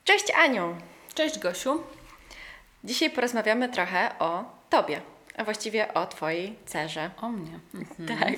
Cześć Aniu! Cześć Gosiu. Dzisiaj porozmawiamy trochę o Tobie, a właściwie o Twojej cerze. O mnie. Tak.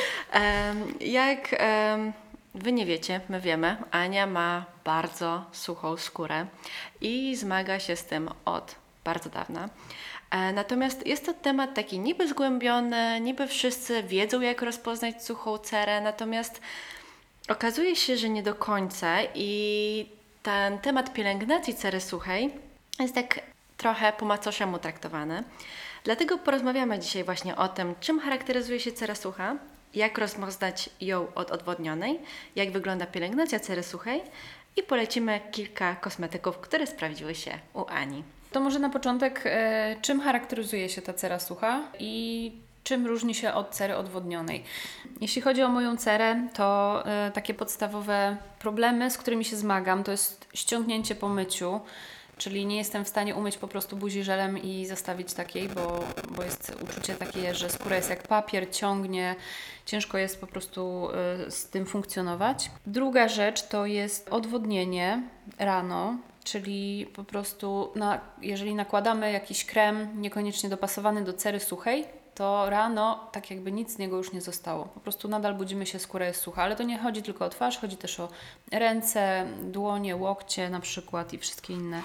Jak Wy nie wiecie, my wiemy, Ania ma bardzo suchą skórę i zmaga się z tym od bardzo dawna. Natomiast jest to temat taki niby zgłębiony, niby wszyscy wiedzą, jak rozpoznać suchą cerę, natomiast okazuje się, że nie do końca i ten temat pielęgnacji cery suchej jest tak trochę po macoszemu traktowany. Dlatego porozmawiamy dzisiaj właśnie o tym, czym charakteryzuje się cera sucha, jak rozpoznać ją od odwodnionej, jak wygląda pielęgnacja cery suchej i polecimy kilka kosmetyków, które sprawdziły się u Ani. To może na początek, czym charakteryzuje się ta cera sucha i czym różni się od cery odwodnionej? Jeśli chodzi o moją cerę, to takie podstawowe problemy, z którymi się zmagam, to jest ściągnięcie po myciu, czyli nie jestem w stanie umyć po prostu buzi żelem i zostawić takiej, bo jest uczucie takie, że skóra jest jak papier, ciągnie, ciężko jest po prostu z tym funkcjonować. Druga rzecz to jest odwodnienie rano, czyli po prostu jeżeli nakładamy jakiś krem niekoniecznie dopasowany do cery suchej, to rano tak jakby nic z niego już nie zostało. Po prostu nadal budzimy się, skóra jest sucha, ale to nie chodzi tylko o twarz, chodzi też o ręce, dłonie, łokcie na przykład i wszystkie inne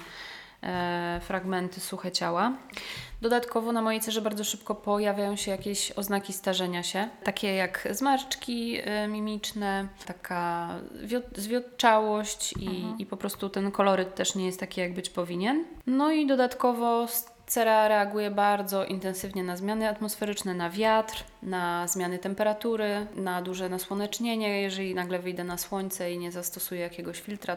fragmenty suche ciała. Dodatkowo na mojej cerze bardzo szybko pojawiają się jakieś oznaki starzenia się, takie jak zmarszczki mimiczne, taka zwiotczałość i po prostu ten koloryt też nie jest taki, jak być powinien. No i dodatkowo cera reaguje bardzo intensywnie na zmiany atmosferyczne, na wiatr, na zmiany temperatury, na duże nasłonecznienie. Jeżeli nagle wyjdę na słońce i nie zastosuję jakiegoś filtra,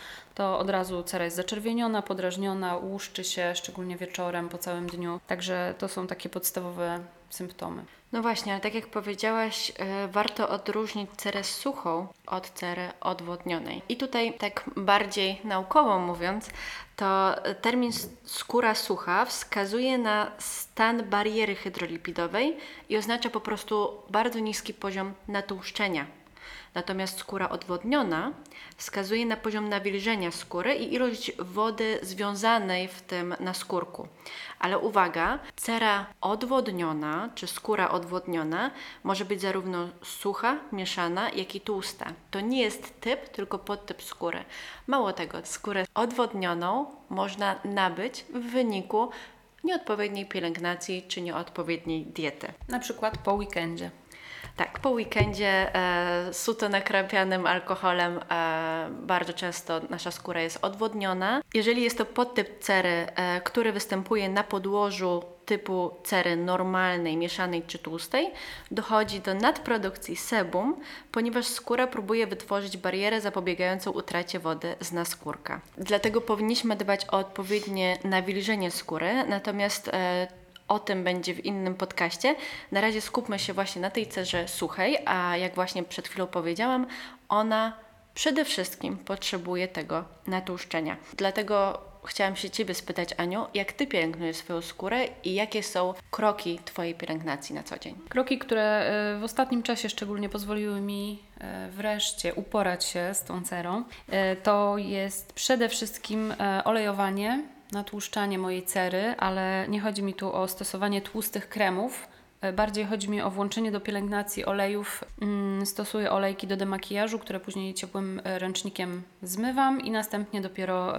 to od razu cera jest zaczerwieniona, podrażniona, łuszczy się, szczególnie wieczorem, po całym dniu. Także to są takie podstawowe symptomy. No właśnie, ale tak jak powiedziałaś, warto odróżnić cerę suchą od cery odwodnionej. I tutaj tak bardziej naukowo mówiąc, to termin skóra sucha wskazuje na stan bariery hydrolipidowej i oznacza po prostu bardzo niski poziom natłuszczenia. Natomiast skóra odwodniona wskazuje na poziom nawilżenia skóry i ilość wody związanej w tym naskórku. Ale uwaga, cera odwodniona czy skóra odwodniona może być zarówno sucha, mieszana, jak i tłusta. To nie jest typ, tylko podtyp skóry. Mało tego, skórę odwodnioną można nabyć w wyniku nieodpowiedniej pielęgnacji czy nieodpowiedniej diety. Na przykład po weekendzie. Tak, po weekendzie suto nakrapianym alkoholem bardzo często nasza skóra jest odwodniona. Jeżeli jest to podtyp cery, który występuje na podłożu typu cery normalnej, mieszanej czy tłustej, dochodzi do nadprodukcji sebum, ponieważ skóra próbuje wytworzyć barierę zapobiegającą utracie wody z naskórka. Dlatego powinniśmy dbać o odpowiednie nawilżenie skóry, natomiast o tym będzie w innym podcaście. Na razie skupmy się właśnie na tej cerze suchej, a jak właśnie przed chwilą powiedziałam, ona przede wszystkim potrzebuje tego natłuszczenia. Dlatego chciałam się Ciebie spytać, Aniu, jak Ty pielęgnujesz swoją skórę i jakie są kroki Twojej pielęgnacji na co dzień? Kroki, które w ostatnim czasie szczególnie pozwoliły mi wreszcie uporać się z tą cerą, to jest przede wszystkim olejowanie, natłuszczanie mojej cery, ale nie chodzi mi tu o stosowanie tłustych kremów. Bardziej chodzi mi o włączenie do pielęgnacji olejów. Stosuję olejki do demakijażu, które później ciepłym ręcznikiem zmywam i następnie dopiero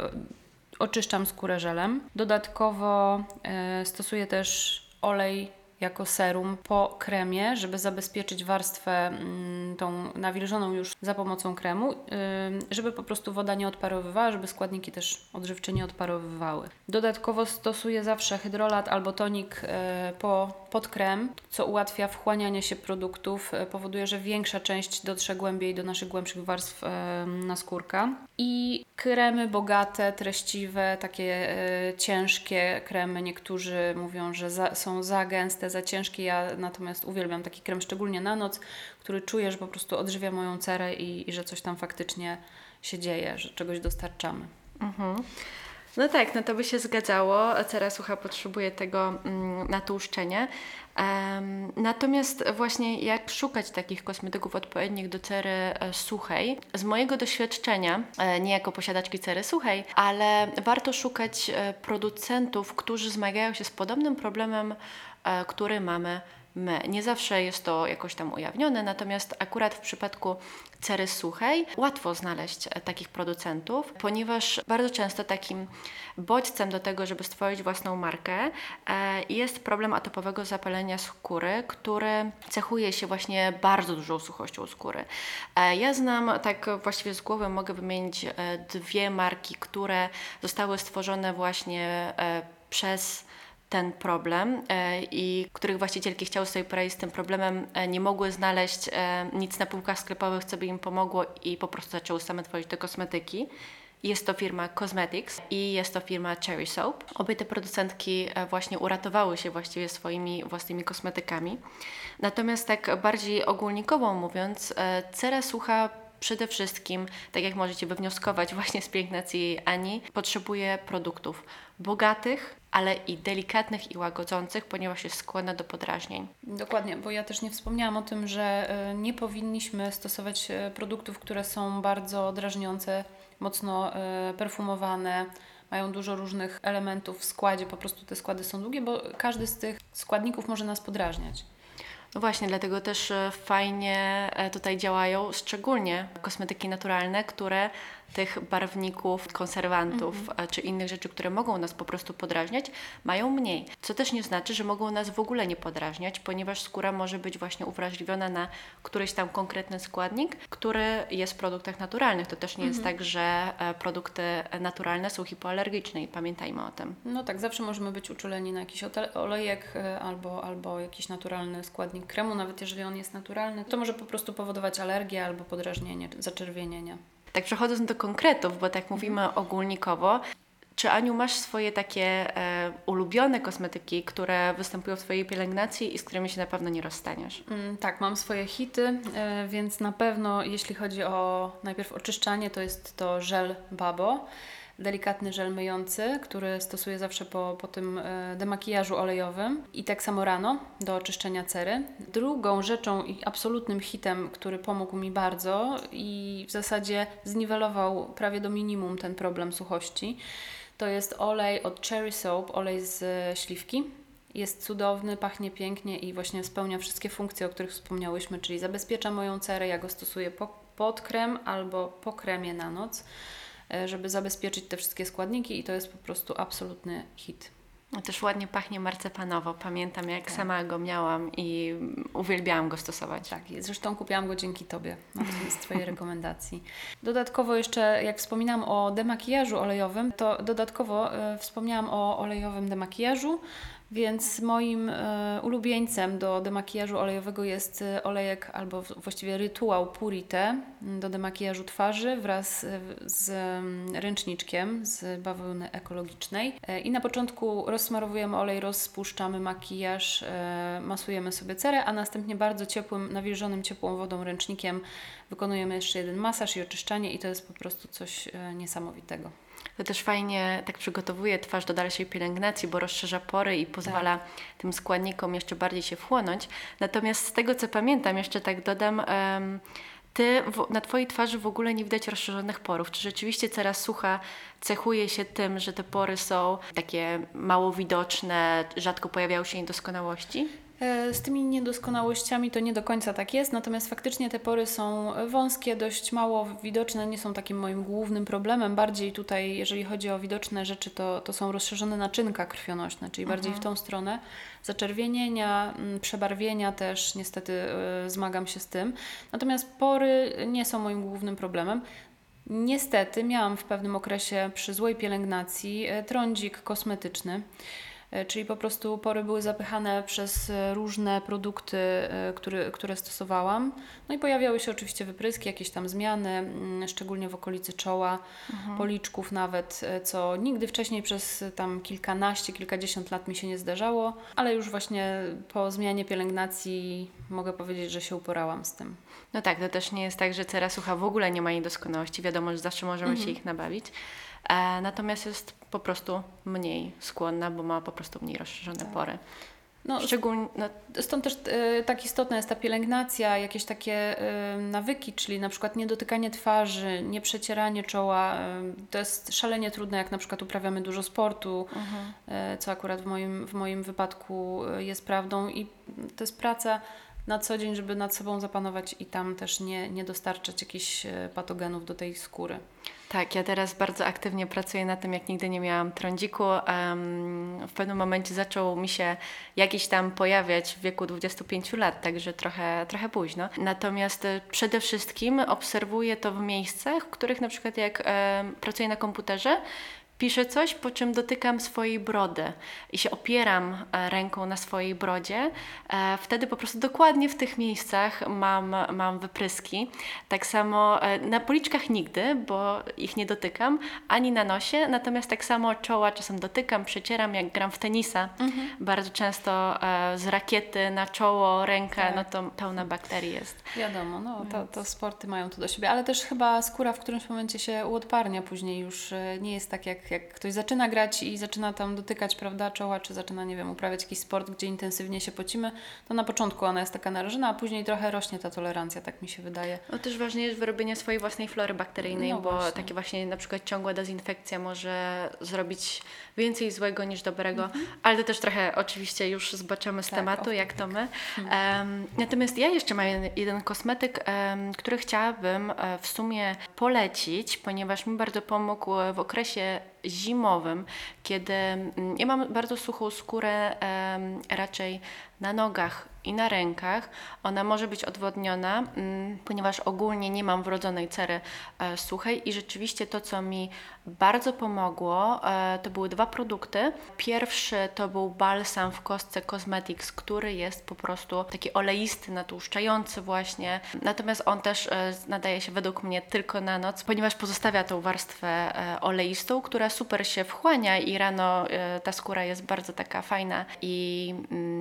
oczyszczam skórę żelem. Dodatkowo stosuję też olej jako serum po kremie, żeby zabezpieczyć warstwę tą nawilżoną już za pomocą kremu, żeby po prostu woda nie odparowywała, żeby składniki też odżywcze nie odparowywały. Dodatkowo stosuję zawsze hydrolat albo tonik pod krem, co ułatwia wchłanianie się produktów, powoduje, że większa część dotrze głębiej do naszych głębszych warstw naskórka. I kremy bogate, treściwe, takie ciężkie kremy. Niektórzy mówią, że są za gęste, za ciężkie. Ja natomiast uwielbiam taki krem, szczególnie na noc, który czuję, że po prostu odżywia moją cerę i że coś tam faktycznie się dzieje, że czegoś dostarczamy. Mhm. No tak, no to by się zgadzało. Cera sucha potrzebuje tego natłuszczenia. Natomiast właśnie jak szukać takich kosmetyków odpowiednich do cery suchej? Z mojego doświadczenia, nie jako posiadaczki cery suchej, ale warto szukać producentów, którzy zmagają się z podobnym problemem, który mamy my. Nie zawsze jest to jakoś tam ujawnione, natomiast akurat w przypadku cery suchej łatwo znaleźć takich producentów, ponieważ bardzo często takim bodźcem do tego, żeby stworzyć własną markę, jest problem atopowego zapalenia skóry, który cechuje się właśnie bardzo dużą suchością skóry. Ja znam, tak właściwie z głowy mogę wymienić dwie marki, które zostały stworzone właśnie przez ten problem i których właścicielki chciały sobie poradzić z tym problemem, nie mogły znaleźć nic na półkach sklepowych, co by im pomogło i po prostu zaczęły same tworzyć te kosmetyki. Jest to firma Cosmetics i jest to firma Cherry Soap. Obie te producentki właśnie uratowały się właściwie swoimi własnymi kosmetykami. Natomiast tak bardziej ogólnikowo mówiąc, cera sucha przede wszystkim, tak jak możecie wywnioskować właśnie z pielęgnacji Ani, potrzebuje produktów bogatych, ale i delikatnych i łagodzących, ponieważ jest skłonna do podrażnień. Dokładnie, bo ja też nie wspomniałam o tym, że nie powinniśmy stosować produktów, które są bardzo drażniące, mocno perfumowane, mają dużo różnych elementów w składzie, po prostu te składy są długie, bo każdy z tych składników może nas podrażniać. No właśnie, dlatego też fajnie tutaj działają szczególnie kosmetyki naturalne, które tych barwników, konserwantów czy innych rzeczy, które mogą nas po prostu podrażniać, mają mniej. Co też nie znaczy, że mogą nas w ogóle nie podrażniać, ponieważ skóra może być właśnie uwrażliwiona na któryś tam konkretny składnik, który jest w produktach naturalnych. To też nie jest tak, że produkty naturalne są hipoalergiczne i pamiętajmy o tym. No tak, zawsze możemy być uczuleni na jakiś olejek albo jakiś naturalny składnik kremu, nawet jeżeli on jest naturalny. To może po prostu powodować alergię albo podrażnienie, zaczerwienienie. Tak przechodząc do konkretów, bo tak mówimy ogólnikowo, czy Aniu masz swoje takie ulubione kosmetyki, które występują w Twojej pielęgnacji i z którymi się na pewno nie rozstaniesz? Tak, mam swoje hity, więc na pewno jeśli chodzi o najpierw oczyszczanie, to jest to żel Babo. Delikatny żel myjący, który stosuję zawsze po tym demakijażu olejowym i tak samo rano do oczyszczenia cery. Drugą rzeczą i absolutnym hitem, który pomógł mi bardzo i w zasadzie zniwelował prawie do minimum ten problem suchości, to jest olej od Cherry Soap, olej z śliwki. Jest cudowny, pachnie pięknie i właśnie spełnia wszystkie funkcje, o których wspomniałyśmy, czyli zabezpiecza moją cerę, ja go stosuję pod krem albo po kremie na noc, żeby zabezpieczyć te wszystkie składniki i to jest po prostu absolutny hit. No też ładnie pachnie marcepanowo. Pamiętam, jak sama go miałam i uwielbiałam go stosować. Tak, i zresztą kupiłam go dzięki Tobie, z Twojej rekomendacji. Dodatkowo jeszcze, jak wspominałam o demakijażu olejowym, to dodatkowo wspomniałam o olejowym demakijażu, więc moim ulubieńcem do demakijażu olejowego jest olejek albo właściwie rytuał Purite do demakijażu twarzy wraz z ręczniczkiem z bawełny ekologicznej. I na początku rozsmarowujemy olej, rozpuszczamy makijaż, masujemy sobie cerę, a następnie bardzo ciepłym, nawilżonym ciepłą wodą ręcznikiem wykonujemy jeszcze jeden masaż i oczyszczanie i to jest po prostu coś niesamowitego. To też fajnie tak przygotowuje twarz do dalszej pielęgnacji, bo rozszerza pory i pozwala tym składnikom jeszcze bardziej się wchłonąć. Natomiast z tego, co pamiętam, jeszcze tak dodam, na Twojej twarzy w ogóle nie widać rozszerzonych porów. Czy rzeczywiście cera sucha cechuje się tym, że te pory są takie mało widoczne, rzadko pojawiają się niedoskonałości? Z tymi niedoskonałościami to nie do końca tak jest, natomiast faktycznie te pory są wąskie, dość mało widoczne, nie są takim moim głównym problemem. Bardziej tutaj, jeżeli chodzi o widoczne rzeczy, to są rozszerzone naczynka krwionośne, czyli bardziej w tą stronę. Zaczerwienienia, przebarwienia też niestety zmagam się z tym. Natomiast pory nie są moim głównym problemem. Niestety miałam w pewnym okresie przy złej pielęgnacji trądzik kosmetyczny. Czyli po prostu pory były zapychane przez różne produkty, które stosowałam. No i pojawiały się oczywiście wypryski, jakieś tam zmiany, szczególnie w okolicy czoła, policzków nawet, co nigdy wcześniej przez tam kilkanaście, kilkadziesiąt lat mi się nie zdarzało, ale już właśnie po zmianie pielęgnacji mogę powiedzieć, że się uporałam z tym. No tak, to też nie jest tak, że cera sucha w ogóle nie ma niedoskonałości. Wiadomo, że zawsze możemy się ich nabawić. Natomiast jest po prostu mniej skłonna, bo ma po prostu mniej rozszerzone pory. No, Szczególnie, stąd też tak istotna jest ta pielęgnacja, jakieś takie nawyki, czyli na przykład niedotykanie twarzy, nieprzecieranie czoła. To jest szalenie trudne, jak na przykład uprawiamy dużo sportu, co akurat w moim wypadku jest prawdą i to jest praca na co dzień, żeby nad sobą zapanować i tam też nie dostarczać jakichś patogenów do tej skóry. Tak, ja teraz bardzo aktywnie pracuję na tym, jak nigdy nie miałam trądziku. W pewnym momencie zaczął mi się jakiś tam pojawiać w wieku 25 lat, także trochę późno. Natomiast przede wszystkim obserwuję to w miejscach, w których na przykład jak pracuję na komputerze, piszę coś, po czym dotykam swojej brody i się opieram ręką na swojej brodzie. Wtedy po prostu dokładnie w tych miejscach mam wypryski. Tak samo na policzkach nigdy, bo ich nie dotykam, ani na nosie. Natomiast tak samo czoła czasem dotykam, przecieram, jak gram w tenisa. Bardzo często z rakiety na czoło, rękę, no to pełna bakterii jest. Wiadomo, no to sporty mają to do siebie, ale też chyba skóra w którymś momencie się uodparnia, później już nie jest tak jak ktoś zaczyna grać i zaczyna tam dotykać, prawda, czoła, czy zaczyna, nie wiem, uprawiać jakiś sport, gdzie intensywnie się pocimy, to na początku ona jest taka narażona, a później trochę rośnie ta tolerancja, tak mi się wydaje. No też ważne jest wyrobienie swojej własnej flory bakteryjnej, No bo właśnie. takie właśnie na przykład ciągła dezynfekcja może zrobić więcej złego niż dobrego, ale to też trochę oczywiście już zbaczamy z tematu, jak to my. Natomiast ja jeszcze mam jeden kosmetyk, który chciałabym w sumie polecić, ponieważ mi bardzo pomógł w okresie zimowym, kiedy ja mam bardzo suchą skórę raczej na nogach i na rękach. Ona może być odwodniona, ponieważ ogólnie nie mam wrodzonej cery suchej i rzeczywiście to, co mi bardzo pomogło, to były dwa produkty. Pierwszy to był balsam w kostce Cosmetics, który jest po prostu taki oleisty, natłuszczający właśnie. Natomiast on też nadaje się według mnie tylko na noc, ponieważ pozostawia tą warstwę oleistą, która super się wchłania i rano ta skóra jest bardzo taka fajna i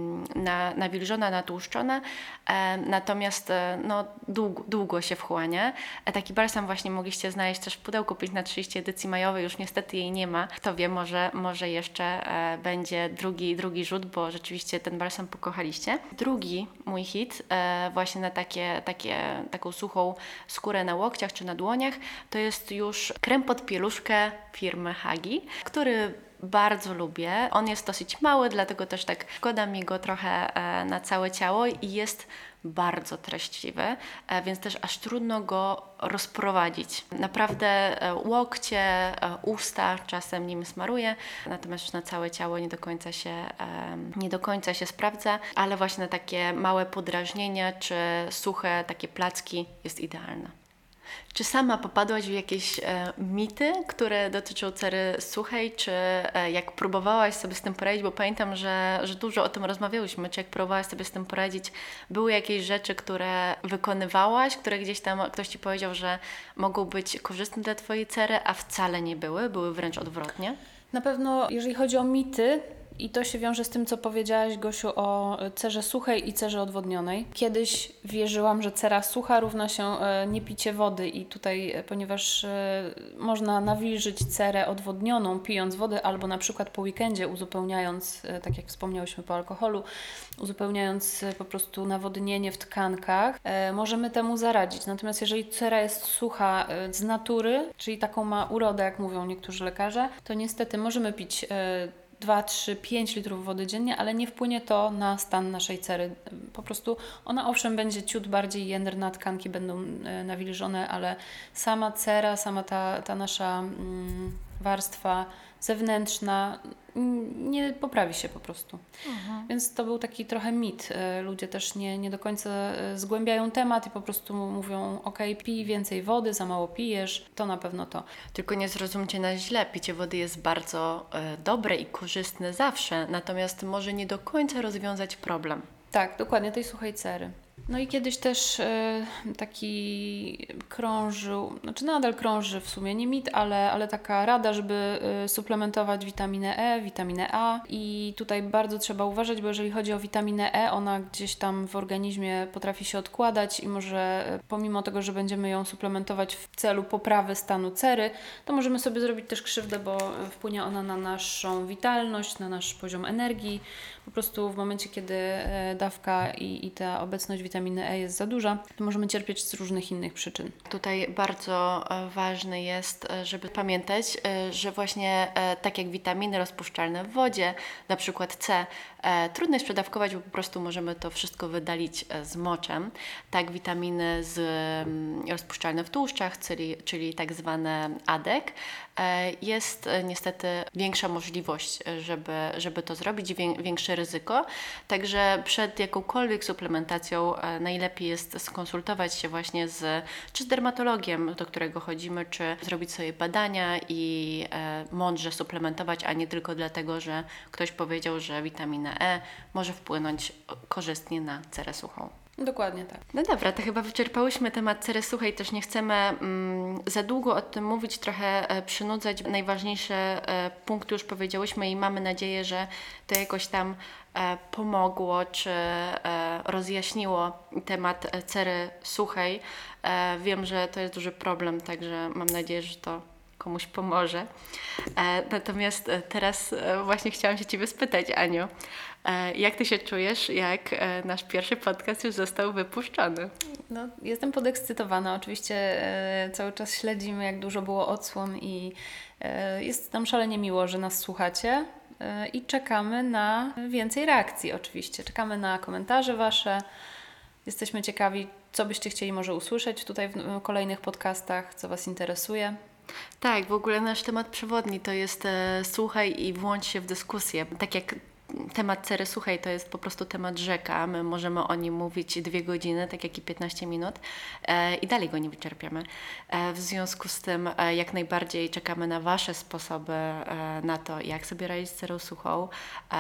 nawilżona, natłuszczona, natomiast no, długo się wchłania. Taki balsam właśnie mogliście znaleźć też w pudełku 5 na 30 edycji majowej, już niestety jej nie ma. Kto wie, może jeszcze będzie drugi rzut, bo rzeczywiście ten balsam pokochaliście. Drugi mój hit właśnie na taką suchą skórę na łokciach czy na dłoniach, to jest już krem pod pieluszkę firmy Hagi, który bardzo lubię. On jest dosyć mały, dlatego też tak szkoda mi go trochę na całe ciało i jest bardzo treściwy, więc też aż trudno go rozprowadzić. Naprawdę łokcie, usta czasem nim smaruję, natomiast już na całe ciało nie do końca się sprawdza, ale właśnie na takie małe podrażnienia czy suche takie placki jest idealna. Czy sama popadłaś w jakieś mity, które dotyczą cery suchej, czy jak próbowałaś sobie z tym poradzić, bo pamiętam, że dużo o tym rozmawiałyśmy, czy jak próbowałaś sobie z tym poradzić, były jakieś rzeczy, które wykonywałaś, które gdzieś tam ktoś Ci powiedział, że mogą być korzystne dla Twojej cery, a wcale nie były wręcz odwrotnie? Na pewno, jeżeli chodzi o mity, i to się wiąże z tym, co powiedziałaś, Gosiu, o cerze suchej i cerze odwodnionej. Kiedyś wierzyłam, że cera sucha równa się niepicie wody i tutaj, ponieważ można nawilżyć cerę odwodnioną pijąc wodę albo na przykład po weekendzie uzupełniając, tak jak wspomniałyśmy po alkoholu, uzupełniając po prostu nawodnienie w tkankach, możemy temu zaradzić. Natomiast jeżeli cera jest sucha z natury, czyli taką ma urodę, jak mówią niektórzy lekarze, to niestety możemy pić 2, 3, 5 litrów wody dziennie, ale nie wpłynie to na stan naszej cery. Po prostu ona owszem będzie ciut bardziej jędrna, tkanki będą nawilżone, ale sama cera, sama ta nasza warstwa zewnętrzna nie poprawi się po prostu. Więc to był taki trochę mit. Ludzie też nie do końca zgłębiają temat i po prostu mówią pij więcej wody, za mało pijesz, to na pewno to. Tylko nie zrozumcie nas źle, picie wody jest bardzo dobre i korzystne zawsze, natomiast może nie do końca rozwiązać problem. Tak, dokładnie, tej suchej cery. No i kiedyś też taki krążył, znaczy nadal krąży w sumie, nie mit, ale taka rada, żeby suplementować witaminę E, witaminę A i tutaj bardzo trzeba uważać, bo jeżeli chodzi o witaminę E, ona gdzieś tam w organizmie potrafi się odkładać i może pomimo tego, że będziemy ją suplementować w celu poprawy stanu cery, to możemy sobie zrobić też krzywdę, bo wpłynie ona na naszą witalność, na nasz poziom energii. Po prostu w momencie, kiedy dawka i ta obecność witaminy E jest za duża, to możemy cierpieć z różnych innych przyczyn. Tutaj bardzo ważne jest, żeby pamiętać, że właśnie tak jak witaminy rozpuszczalne w wodzie, na przykład C, trudno jest przedawkować, bo po prostu możemy to wszystko wydalić z moczem. Tak witaminy rozpuszczalne w tłuszczach, czyli tak zwane ADEK, jest niestety większa możliwość, żeby to zrobić, większe ryzyko. Także przed jakąkolwiek suplementacją najlepiej jest skonsultować się właśnie czy z dermatologiem, do którego chodzimy, czy zrobić sobie badania i mądrze suplementować, a nie tylko dlatego, że ktoś powiedział, że witamina E może wpłynąć korzystnie na cerę suchą. Dokładnie tak. No dobra, to chyba wyczerpałyśmy temat cery suchej, też nie chcemy za długo o tym mówić, trochę przynudzać. Najważniejsze punkty już powiedziałyśmy i mamy nadzieję, że to jakoś tam pomogło, czy rozjaśniło temat cery suchej. Wiem, że to jest duży problem, także mam nadzieję, że to komuś pomoże. Natomiast teraz właśnie chciałam się Ciebie spytać, Aniu, jak Ty się czujesz, jak nasz pierwszy podcast już został wypuszczony? No, jestem podekscytowana. Oczywiście cały czas śledzimy, jak dużo było odsłon i jest nam szalenie miło, że nas słuchacie i czekamy na więcej reakcji oczywiście. Czekamy na komentarze Wasze. Jesteśmy ciekawi, co byście chcieli może usłyszeć tutaj w kolejnych podcastach, co Was interesuje. Tak, w ogóle nasz temat przewodni to jest słuchaj i włącz się w dyskusję. Tak jak temat cery suchej to jest po prostu temat rzeka, my możemy o nim mówić 2 godziny, tak jak i 15 minut i dalej go nie wyczerpiamy. W związku z tym jak najbardziej czekamy na Wasze sposoby na to, jak sobie radzić z cerą suchą,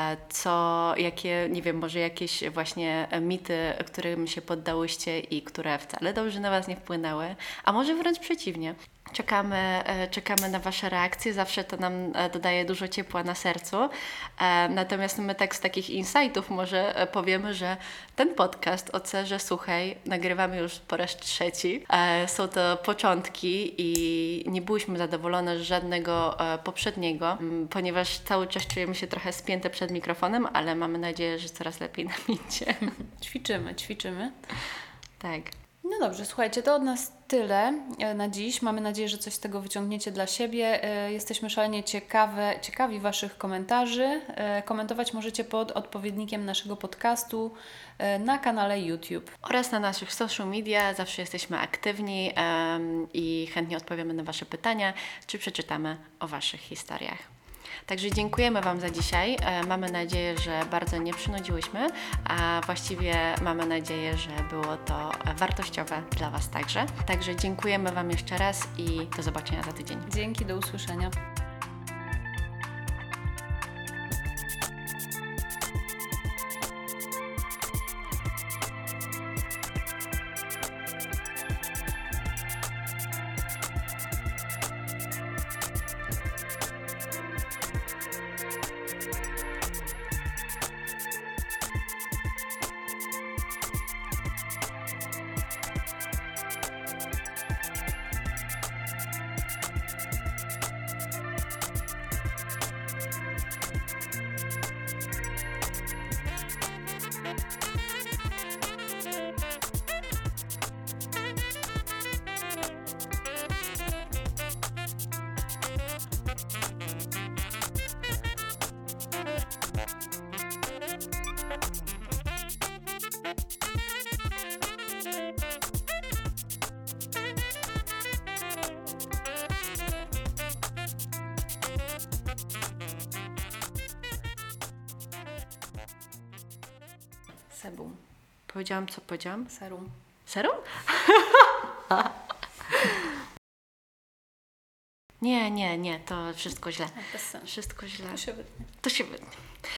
jakie, nie wiem, może jakieś właśnie mity, którym się poddałyście i które wcale dobrze na Was nie wpłynęły, a może wręcz przeciwnie. Czekamy na Wasze reakcje, zawsze to nam dodaje dużo ciepła na sercu. Natomiast my tak z takich insightów może powiemy, że ten podcast o cerze suchej nagrywamy już po raz 3. Są to początki i nie byłyśmy zadowolone z żadnego poprzedniego, ponieważ cały czas czujemy się trochę spięte przed mikrofonem, ale mamy nadzieję, że coraz lepiej nam idzie. Ćwiczymy. Tak. No dobrze, słuchajcie, to od nas tyle na dziś. Mamy nadzieję, że coś z tego wyciągniecie dla siebie. Jesteśmy szalenie ciekawi Waszych komentarzy. Komentować możecie pod odpowiednikiem naszego podcastu na kanale YouTube. Oraz na naszych social media. Zawsze jesteśmy aktywni i chętnie odpowiemy na Wasze pytania, czy przeczytamy o Waszych historiach. Także dziękujemy Wam za dzisiaj. Mamy nadzieję, że bardzo nie przynudziłyśmy, a właściwie mamy nadzieję, że było to wartościowe dla Was także. Także dziękujemy Wam jeszcze raz i do zobaczenia za tydzień. Dzięki, do usłyszenia. Sebum. Powiedziałam, co powiedziałam? Serum. Serum? Nie, to wszystko źle. Bez sensu. Wszystko źle. To się wytnie. To się wytnie.